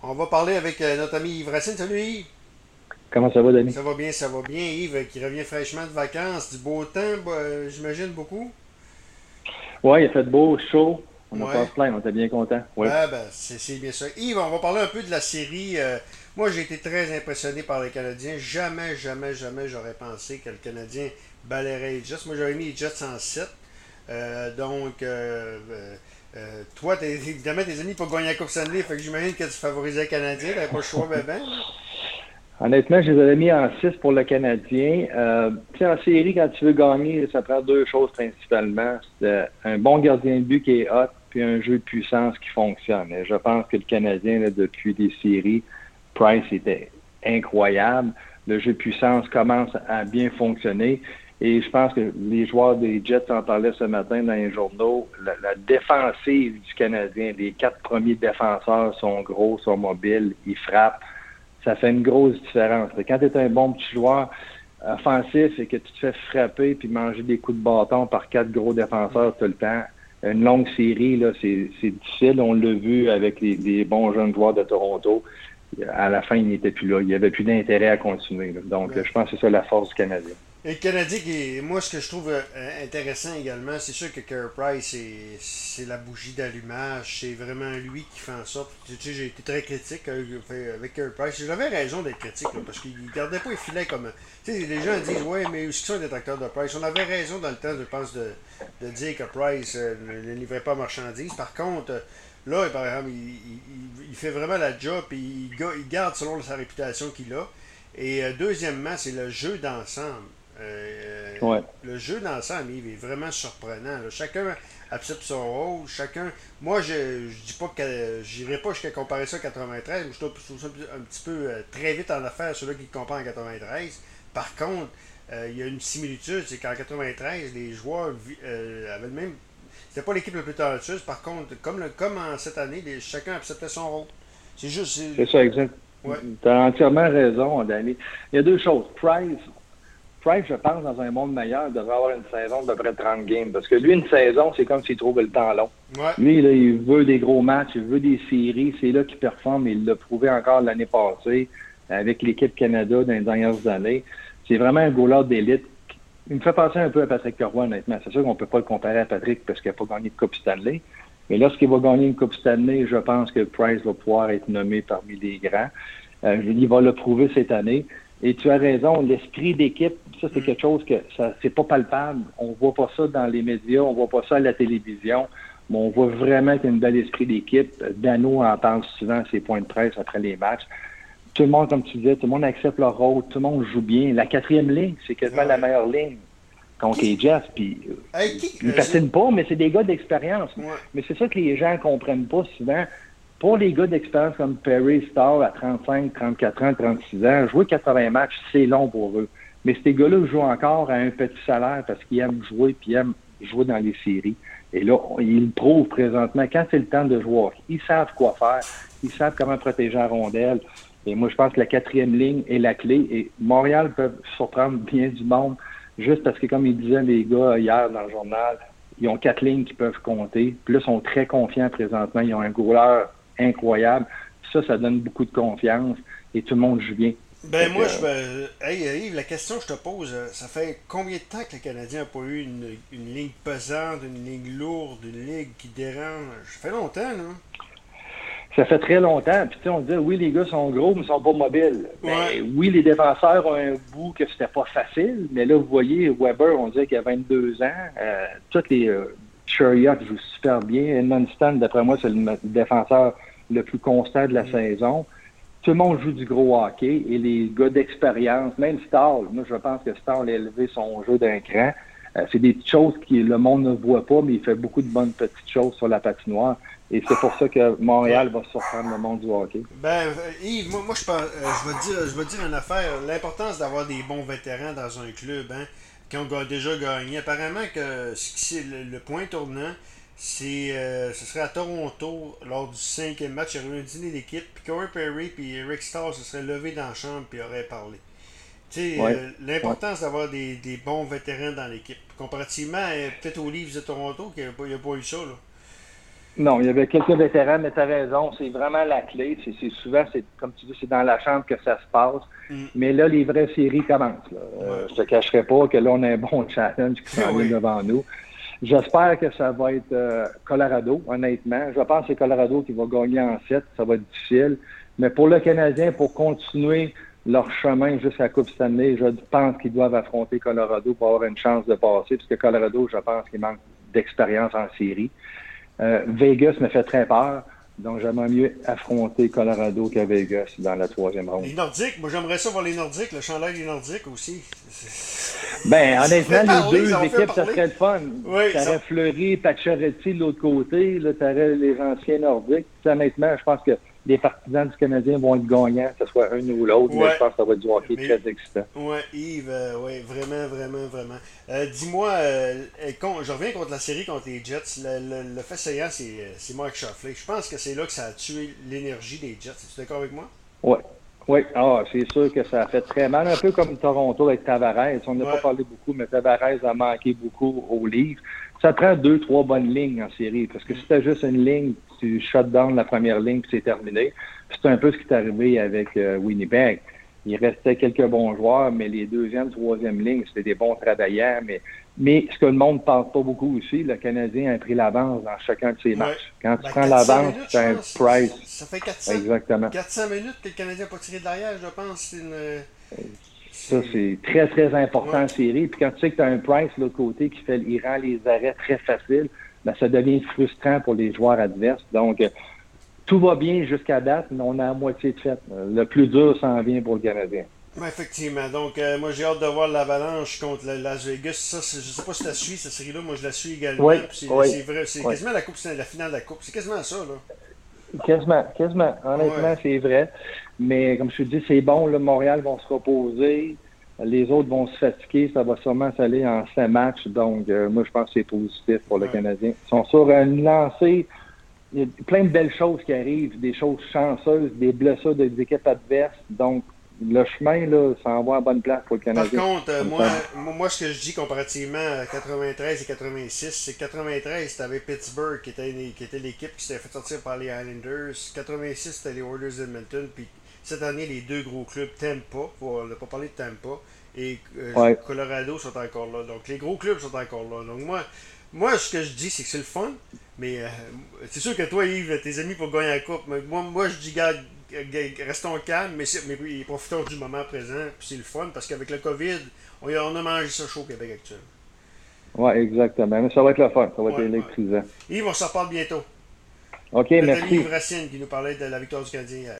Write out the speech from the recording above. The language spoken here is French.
On va parler avec notre ami Yves Racine. Salut Yves. Comment ça va, Denis? Ça va bien, ça va bien. Yves qui revient fraîchement de vacances, du beau temps, j'imagine beaucoup. Ouais, il a fait beau, chaud. On n'a pas à Ouais. se plaindre, on était bien contents. Oui. Ben, c'est bien ça. Yves, on va parler un peu de la série. Moi, j'ai été très impressionné par les Canadiens. Jamais, jamais, jamais j'aurais pensé que le Canadien balayerait les Jets. Moi, j'aurais mis les Jets en 7. Toi, évidemment, tes amis pour gagner la Coupe Stanley, fait que j'imagine que tu favorisais le Canadien. T'avais pas le choix, ben. Honnêtement, je les avais mis en 6 pour le Canadien. Tu sais, en série, quand tu veux gagner, ça prend deux choses principalement. C'est un bon gardien de but qui est hot, puis un jeu de puissance qui fonctionne. Et je pense que le Canadien, là, depuis des séries, Price était incroyable. Le jeu de puissance commence à bien fonctionner. Et je pense que les joueurs des Jets en parlaient ce matin dans les journaux. La défensive du Canadien, les quatre premiers défenseurs sont gros, sont mobiles, ils frappent. Ça fait une grosse différence. Quand tu es un bon petit joueur offensif et que tu te fais frapper puis manger des coups de bâton par quatre gros défenseurs tout le temps, une longue série, là, c'est difficile. On l'a vu avec les bons jeunes joueurs de Toronto. À la fin, il n'était plus là. Il n'y avait plus d'intérêt à continuer. Là. Donc, Ouais. je pense que c'est ça la force du Canadien. Et le Canadien, moi, ce que je trouve intéressant également, c'est sûr que Carey Price, c'est la bougie d'allumage. C'est vraiment lui qui fait en sorte. Tu sais, j'ai été très critique avec Carey Price. J'avais raison d'être critique, là, parce qu'il gardait pas les filets comme. Tu sais, les gens disent, ouais, mais où est-ce qu'ils sont les détracteurs de Price? On avait raison dans le temps, je pense, de dire que Price ne livrait pas marchandises. Par contre, là, par exemple, il fait vraiment la job et il garde selon sa réputation qu'il a. Et deuxièmement, c'est le jeu d'ensemble. Ouais. Le jeu d'ensemble, il est vraiment surprenant. Là. Chacun accepte son rôle. Chacun. Moi, je dis pas que j'irai pas jusqu'à comparer ça à 93, mais je trouve ça un petit peu très vite en affaire, ceux-là qui le comparent en 93. Par contre, il y a une similitude, c'est qu'en 93, les joueurs avaient le même. C'était pas l'équipe la plus talentueuse. Par contre, comme en cette année, chacun acceptait son rôle. C'est juste. C'est ça, exact. Ouais. Tu as entièrement raison, Danny. Il y a deux choses. Price, je pense, dans un monde meilleur, devrait avoir une saison de près de 30 games. Parce que lui, une saison, c'est comme s'il trouvait le temps long. Ouais. Lui, là, il veut des gros matchs, il veut des séries. C'est là qu'il performe. Il l'a prouvé encore l'année passée avec l'équipe Canada dans les dernières années. C'est vraiment un goaler d'élite. Il me fait penser un peu à Patrick Roy, honnêtement. C'est sûr qu'on ne peut pas le comparer à Patrick parce qu'il n'a pas gagné de Coupe Stanley. Mais lorsqu'il va gagner une Coupe Stanley, je pense que Price va pouvoir être nommé parmi les grands. Il va le prouver cette année. Et tu as raison, l'esprit d'équipe, ça c'est quelque chose que ça c'est pas palpable. On voit pas ça dans les médias, on voit pas ça à la télévision, mais on voit vraiment qu'il y a un bel esprit d'équipe. Dano en parle souvent à ses points de presse après les matchs. Tout le monde, comme tu disais, tout le monde accepte leur rôle, tout le monde joue bien. La quatrième ligne, c'est quasiment la Ouais. meilleure ligne contre les Qui. Jets. Puis ils patinent pas, mais c'est des gars d'expérience. Ouais. Mais c'est ça que les gens comprennent pas souvent. Pour les gars d'expérience comme Perry, Starr, à 35, 34 ans, 36 ans, jouer 80 matchs, c'est long pour eux. Mais ces gars-là jouent encore à un petit salaire parce qu'ils aiment jouer puis aiment jouer dans les séries. Et là, ils le prouvent présentement. Quand c'est le temps de jouer, ils savent quoi faire. Ils savent comment protéger la rondelle. Et moi, je pense que la quatrième ligne est la clé. Et Montréal peut surprendre bien du monde juste parce que, comme ils disaient les gars hier dans le journal, ils ont quatre lignes qui peuvent compter. Puis là, ils sont très confiants présentement. Ils ont un goaler incroyable. Ça donne beaucoup de confiance et tout le monde joue bien. Fait Ben que, moi, hey Yves, la question que je te pose, ça fait combien de temps que le Canadien n'a pas eu une ligne pesante, une ligne lourde, une ligne qui dérange? Ça fait longtemps, là. ça fait très longtemps. Puis tu sais, on dit oui, les gars sont gros, mais ils sont pas mobiles. Ouais. Mais oui, les défenseurs ont un bout que c'était pas facile. Mais là, vous voyez, Weber, on dirait qu'il a 22 ans. Toutes les Chariot jouent super bien. Edmundston, d'après moi, c'est le défenseur le plus constant de la saison. Tout le monde joue du gros hockey et les gars d'expérience, même Stahl, moi je pense que Stahl a élevé son jeu d'un cran. C'est des petites choses que le monde ne voit pas, mais il fait beaucoup de bonnes petites choses sur la patinoire. Et c'est pour ça que Ouais. Montréal va surprendre le monde du hockey. Ben, Yves, moi je vais te dire une affaire. L'importance d'avoir des bons vétérans dans un club, hein, qui ont déjà gagné. Apparemment que c'est le point tournant, ce serait à Toronto lors du cinquième match. Il y aurait eu un dîner d'équipe, puis Corey Perry puis Rick Starr se seraient levés dans la chambre puis auraient parlé. Tu sais, Ouais, ouais. l'importance d'avoir des bons vétérans dans l'équipe. Comparativement peut-être aux Leafs de Toronto, qui n'a pas eu ça, là. Non, il y avait quelques vétérans, mais tu as raison, c'est vraiment la clé. Souvent, comme tu dis, c'est dans la chambre que ça se passe. Mm. Mais là, les vraies séries commencent. Là. Ouais. Je te cacherai pas que là, on a un bon challenge qui s'en vient Oui. devant nous. J'espère que ça va être Colorado, honnêtement. Je pense que c'est Colorado qui va gagner en 7. Ça va être difficile. Mais pour le Canadien, pour continuer leur chemin jusqu'à la Coupe Stanley, je pense qu'ils doivent affronter Colorado pour avoir une chance de passer. Parce que Colorado, je pense qu'il manque d'expérience en série. Vegas me fait très peur. Donc, j'aimerais mieux affronter Colorado qu'à Vegas dans la troisième ronde. Les Nordiques, moi j'aimerais ça voir les Nordiques, le chandail des Nordiques aussi. Ben, Ça fait honnêtement, parler, les deux ça en fait équipes, ça parler. serait le fun. Oui, T'aurais ça... Fleury, Pacioretty de l'autre côté. Là, t'aurais les anciens Nordiques. Puis, honnêtement, je pense que les partisans du Canadien vont être gagnants, que ce soit un ou l'autre. Ouais. Mais je pense que ça va être du hockey Mais... très excitant. Ouais, Yves, ouais, vraiment, vraiment, vraiment. Dis-moi, je reviens contre la série contre les Jets. Le fait saillant, c'est Mark Sheffley. Je pense que c'est là que ça a tué l'énergie des Jets. Es-tu d'accord avec moi? Oui. Oui, c'est sûr que ça a fait très mal. Un peu comme Toronto avec Tavares. On n'a pas parlé beaucoup, mais Tavares a manqué beaucoup au livre. Ça prend 2-3 bonnes lignes en série. Parce que si tu juste une ligne, tu shut down la première ligne puis c'est terminé. C'est un peu ce qui est arrivé avec Winnipeg. Il restait quelques bons joueurs, mais les deuxième, troisième lignes, c'était des bons travailleurs. Mais ce que le monde ne parle pas beaucoup aussi, le Canadien a pris l'avance dans chacun de ses matchs. Quand tu prends l'avance, c'est un price. Ça fait 400, Exactement. 400 minutes que le Canadien n'a pas tiré de l'arrière, je pense. Ça, c'est très, très important en série. Puis quand tu sais que tu as un Price de l'autre côté il rend les arrêts très faciles, ben, ça devient frustrant pour les joueurs adverses. Donc, tout va bien jusqu'à date, mais on a à moitié de fait. Le plus dur s'en vient pour le Canadien. Effectivement. Donc, moi, j'ai hâte de voir l'Avalanche contre Las Vegas. Ça, je sais pas si tu la suis, cette série-là. Moi, je la suis également. Oui, C'est vrai, c'est oui. quasiment la finale de la Coupe. C'est quasiment ça, là. Quasiment. Honnêtement, c'est vrai. Mais comme je te dis, c'est bon. Là, Montréal vont se reposer. Les autres vont se fatiguer. Ça va sûrement s'aller en 5 matchs. Donc, moi, je pense que c'est positif pour le Canadien. Ils sont sur une lancée. Il y a plein de belles choses qui arrivent, des choses chanceuses, des blessures des équipes adverses. Donc, le chemin, là, s'en va à bonne place pour le Canadien. Par contre, moi, ce que je dis comparativement à 93 et 86, c'est que 93, t'avais Pittsburgh qui était l'équipe qui s'était fait sortir par les Islanders. 86, c'était les Oilers d'Edmonton. Puis cette année, les deux gros clubs, Tampa, on n'a pas parlé de Tampa, et Colorado sont encore là. Donc, les gros clubs sont encore là. Donc, moi, ce que je dis, c'est que c'est le fun. Mais c'est sûr que toi, Yves, tes amis pour gagner la coupe. Mais moi, je dis, garde, restons calmes, mais profitons du moment présent. Puis c'est le fun parce qu'avec le COVID, on a mangé ça chaud au Québec actuel. Oui, exactement. Mais ça va être le fun. Ça va être électrisant. Yves, on se reparle bientôt. OK, Notre merci. ami Yves Racine qui nous parlait de la victoire du Canadien hier.